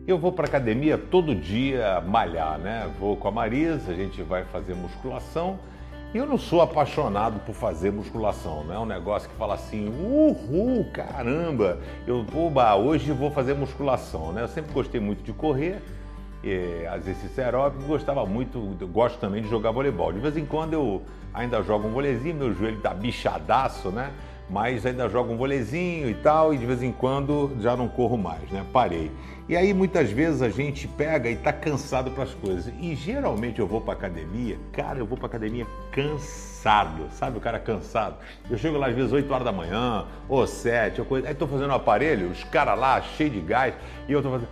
Eu vou para academia todo dia malhar, né? Vou com a Marisa, a gente vai fazer musculação. E eu não sou apaixonado por fazer musculação, não é um negócio que fala assim, uhul, caramba, hoje vou fazer musculação, né? Eu sempre gostei muito de correr, exercício aeróbico, gosto também de jogar voleibol. De vez em quando eu ainda jogo um volezinho, meu joelho tá bichadaço, né? Mas ainda jogo um volezinho e tal, e de vez em quando já não corro mais, né? Parei. E aí muitas vezes a gente pega e tá cansado para as coisas. E geralmente eu vou para academia, cara, eu vou para academia cansado, sabe o cara cansado? Eu chego lá às vezes 8 horas da manhã, ou 7, aí tô fazendo o aparelho, os caras lá cheio de gás, e eu tô fazendo...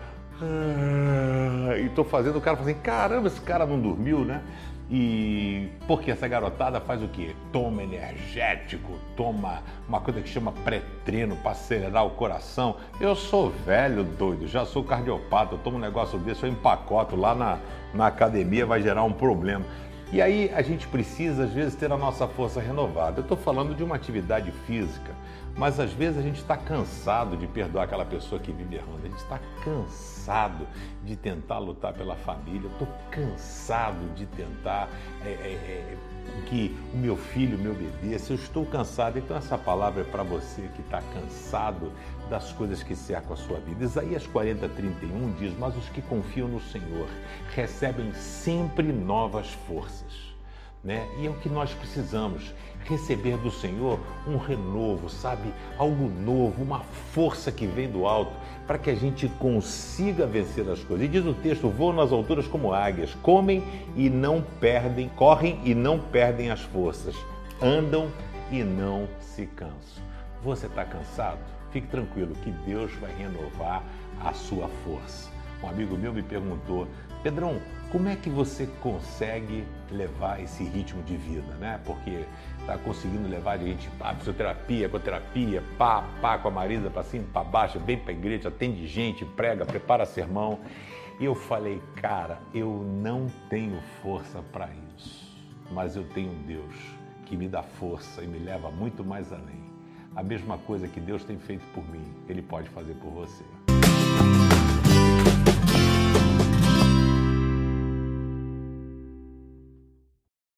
E tô fazendo, o cara fala assim, caramba, esse cara não dormiu, né? E porque essa garotada faz o quê? Toma energético, toma uma coisa que chama pré-treino para acelerar o coração. Eu sou velho, doido, já sou cardiopata, eu tomo um negócio desse, eu empacoto lá na academia, vai gerar um problema. E aí a gente precisa, às vezes, ter a nossa força renovada. Eu estou falando de uma atividade física, mas às vezes a gente está cansado de perdoar aquela pessoa que vive errando. A gente está cansado de tentar lutar pela família. Eu estou cansado de tentar que o meu filho, o meu bebê, se eu estou cansado, então essa palavra é para você que está cansado das coisas que cercam a sua vida. Isaías 40:31 diz, mas os que confiam no Senhor recebem sempre novas forças. Né? E é o que nós precisamos, receber do Senhor um renovo, sabe? Algo novo, uma força que vem do alto, para que a gente consiga vencer as coisas. E diz o texto, voam nas alturas como águias, comem e não perdem, correm e não perdem as forças, andam e não se cansam. Você está cansado? Fique tranquilo que Deus vai renovar a sua força. Um amigo meu me perguntou, Pedrão, como é que você consegue levar esse ritmo de vida, né? Porque tá conseguindo levar de gente para fisioterapia, ecoterapia, pá com a Marisa, para cima, para baixo, vem para a igreja, atende gente, prega, prepara sermão. E eu falei, cara, eu não tenho força para isso, mas eu tenho um Deus que me dá força e me leva muito mais além. A mesma coisa que Deus tem feito por mim, Ele pode fazer por você.